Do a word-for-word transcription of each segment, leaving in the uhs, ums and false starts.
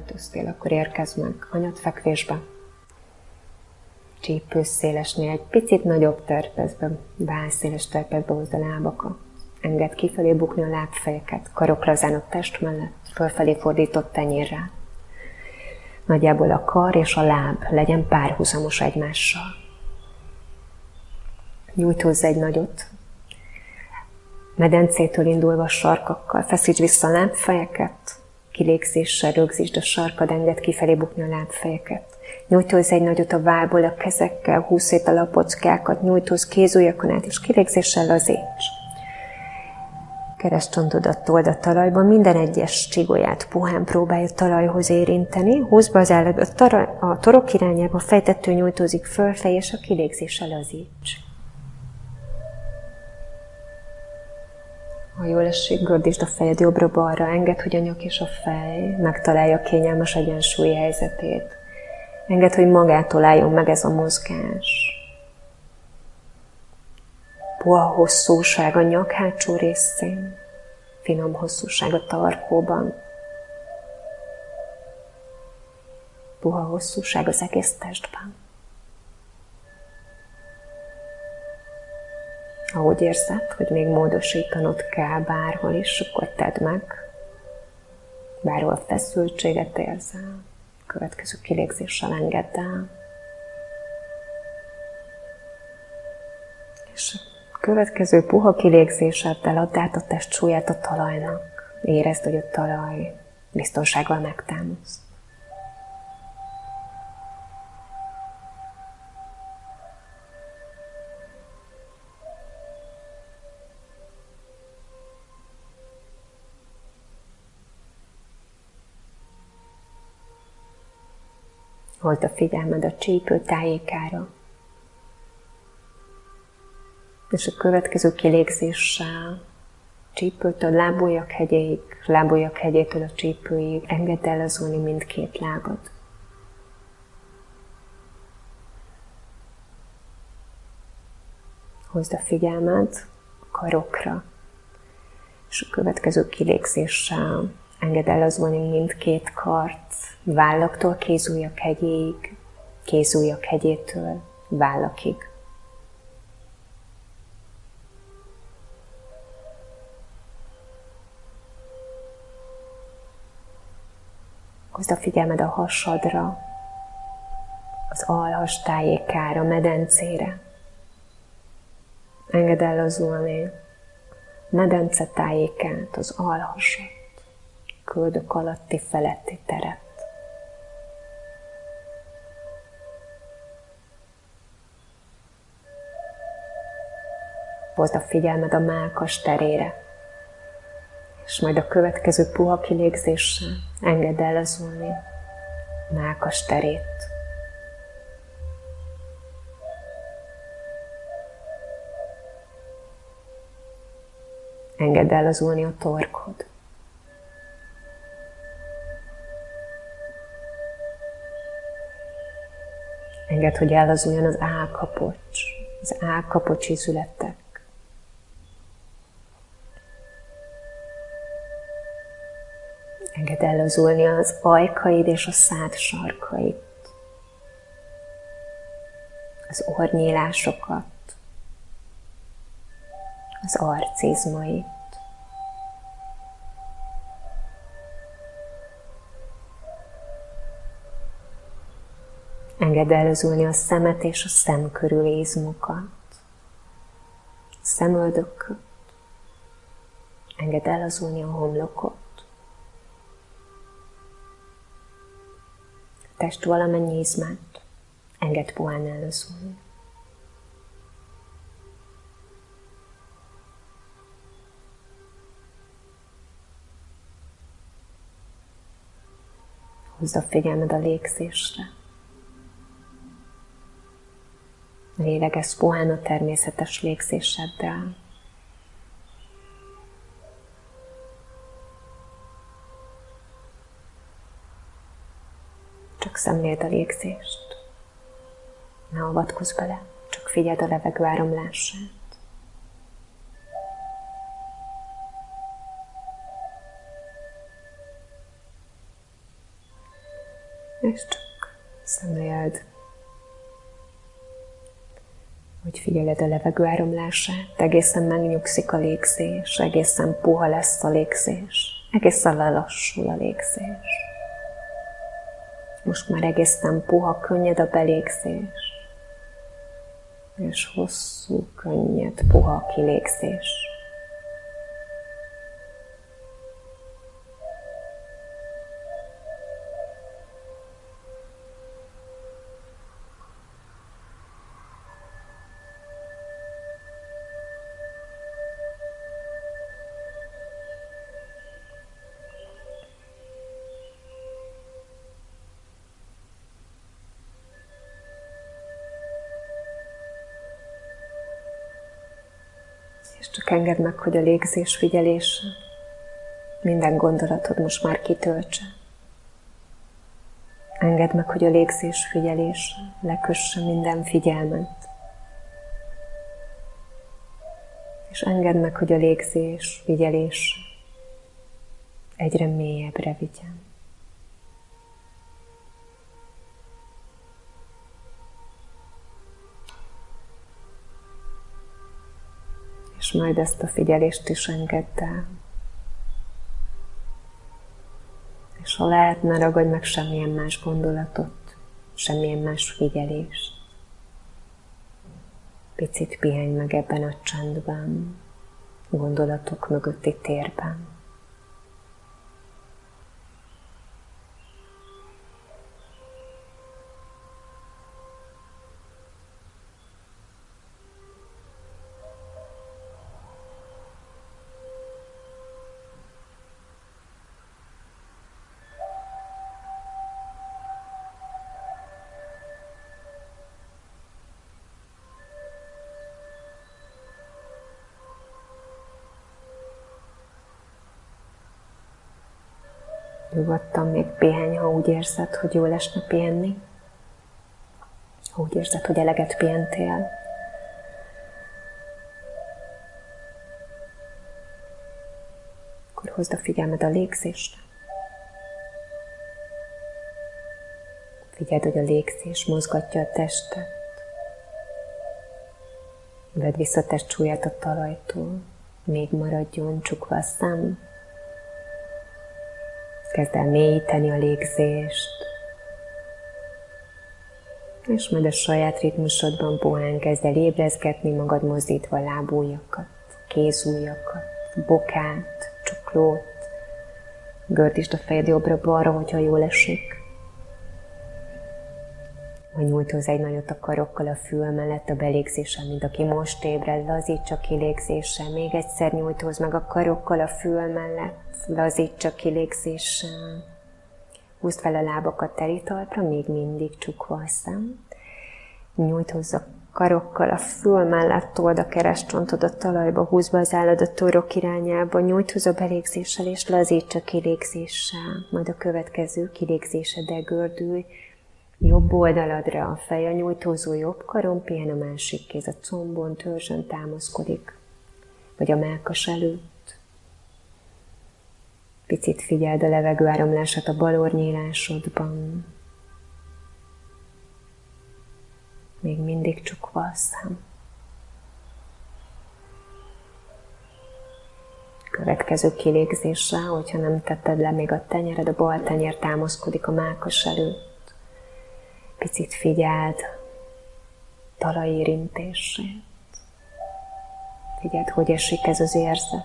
öltöztél, akkor érkezz meg anyadfekvésbe. Csípő szélesnél egy picit nagyobb terpezbe, válszéles terpezbe hozd a lábakat. Engedd kifelé bukni a lábfejeket, karok lazán a test mellett, fölfelé fordított tenyérrel. Nagyjából a kar és a láb legyen párhuzamos egymással. Nyújt hozzá egy nagyot. Medencétől indulva a sarkakkal, feszíts vissza a lábfejeket, kilégzéssel rögzítsd a sarkad, engedd kifelé bukni a lábfejeket. Nyújt hozzá egy nagyot a vállból, a kezekkel, húzz szét a lapockákat, nyújt hozz kézujjakon át, és kilégzéssel lazíts. Keresztcsontodat told a talajban, minden egyes csigolyát puhán próbálj a talajhoz érinteni, húzd be az állat, a, taraj, a torok irányába, a fejtettől nyújtózik fölfelé, és a kilégzéssel lazíts. Ha jól esik, gördítsd a fejed jobbra-balra, engedd, hogy a nyak és a fej megtalálja a kényelmes egyensúly helyzetét. Engedd, hogy magától álljon meg ez a mozgás. Puha hosszúság a nyak hátsó részén, finom hosszúság a tarkóban. Puha hosszúság az egész testben. Ahogy érzed, hogy még módosítanod kell bárhol is, akkor tedd meg. Bárhol feszültséget érzel, következő kilégzéssel engedd el. És a következő puha kilégzéseddel add át a test súlyát a talajnak. Érezd, hogy a talaj biztonsággal megtámaszt. Hozd a figyelmed a csípő tájékára. És a következő kilégzéssel csípőtől lábujjak hegyéig, lábujjak hegyétől a csípőig engedd ellazulni mindkét lábad. Hozd a figyelmed a karokra. És a következő kilégzéssel engedd ellazulni mindkét kart, vállaktól kézujjak hegyéig, kézujjak hegyétől vállakig. Hozd a figyelmed a hasadra, az alhas tájékára, medencére. Engedd ellazulni medence tájékát, az alhasat, köldök alatti feletti teret. Hozd a figyelmed a mellkas terére, és majd a következő puha kilégzéssel engedd ellazulni a mellkas terét. Engedd ellazulni a torkod. Engedd, hogy ellazuljon az állkapocs, az állkapocs izületek. Engedd ellazulni az ajkaid és a szád sarkait, az orrnyílásokat, az arcizmait. Engedd ellazulni a szemet és a szem körüli izmokat, a szemöldököt. Engedd ellazulni a homlokot. A test valamennyi izmát engedd puhán ellazulni. Hozd a figyelmed a légzésre. Lélegezz puhán a természetes légzéseddel. Csak szemléld a légzést. Ne avatkozz bele, csak figyeld a levegő áramlását. És csak szemléld, hogy figyeled a levegő áramlását, egészen megnyugszik a légzés, egészen puha lesz a légzés, egészen lelassul a légzés. Most már egészen puha, könnyed a belégzés, és hosszú, könnyed, puha kilégzés. És csak engedd meg, hogy a légzés figyelése minden gondolatod most már kitöltse. Engedd meg, hogy a légzés figyelése lekösse minden figyelmet. És engedd meg, hogy a légzés figyelése egyre mélyebbre vigyen. És majd ezt a figyelést is engedd el. És ha lehet, ne ragadj meg semmilyen más gondolatot, semmilyen más figyelést. Picit pihenj meg ebben a csendben, gondolatok mögötti térben. Nyugodtan még pihenj, ha úgy érzed, hogy jól esne pihenni. Ha úgy érzed, hogy eleget pihentél. Akkor hozd a figyelmed a légzésre. Figyeld, hogy a légzés mozgatja a testet. Vedd vissza a test súlyát a talajtól. Még maradjon csukva a szem. Kezd el mélyíteni a légzést, és majd a saját ritmusodban puhán kezd el ébrezgetni magad, mozdítva a lábujjakat, kézujjakat, bokát, csuklót. Gördítsd a fejed jobbra-balra, hogyha jól esik. Majd nyújt hozzá egy nagyot a karokkal a fül mellett a belégzéssel, mint aki most ébred, lazíts a kilégzéssel. Még egyszer nyújt hozzá meg a karokkal a fül mellett, lazíts a kilégzéssel. Húzd fel a lábakat telitalpra, még mindig csukva a szem. Nyújt hozzá a karokkal a fül mellett, told a keresztcsontot a talajba, húzd be az állad a torok irányába, nyújt hozzá a belégzéssel és lazíts a kilégzéssel. Majd a következő kilégzéseddel gördülj jobb oldaladra, a fej a nyújtózó jobb karon, pihen a másik kéz a combon, törzsön támaszkodik, vagy a mellkas előtt. Picit figyeld a levegő áramlását a bal orrnyílásodban. Még mindig csukva a szem. Következő kilégzésre, hogyha nem tetted le még a tenyered, a bal tenyér támaszkodik a mellkas előtt. Picit figyeld talajérintését. Figyeld, hogy esik ez az érzet.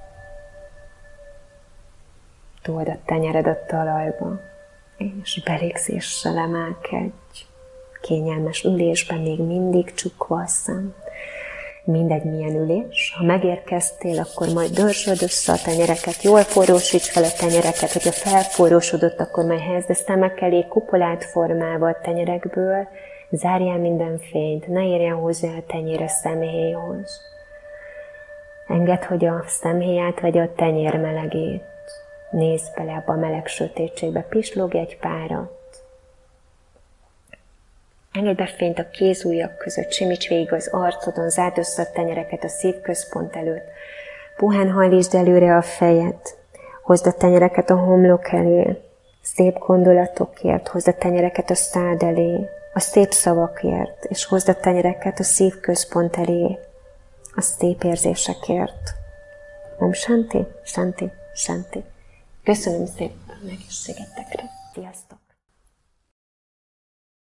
Told a tenyered a talajba, és belégzéssel emelkedj. Kényelmes ülésben még mindig csukva a szem. Mindegy milyen ülés. Ha megérkeztél, akkor majd dörzsöld össze a tenyereket, jól forrósíts fel a tenyereket, hogyha felforrósodott, akkor majd helyezd a szemek elé kupolát formálva a tenyerekből, zárjál minden fényt, ne érjen hozzá a tenyér a szemhéjhoz. Engedd, hogy a szemhéj átvegye a tenyér melegét. Nézd bele abba a meleg sötétségbe, pislogj egy párat. Engedd be fényt a kézujjak között, simíts végig az arcodon, zárd össze a tenyereket a szívközpont előtt. Puhán hajlítsd előre a fejed, hozd a tenyereket a homlok elé, szép gondolatokért hozd a tenyereket a szád elé, a szép szavakért, és hozd a tenyereket a szívközpont elé, a szép érzésekért. Om Shanti, Shanti, Shanti. Köszönöm szépen a egészségetekre. Sziasztok!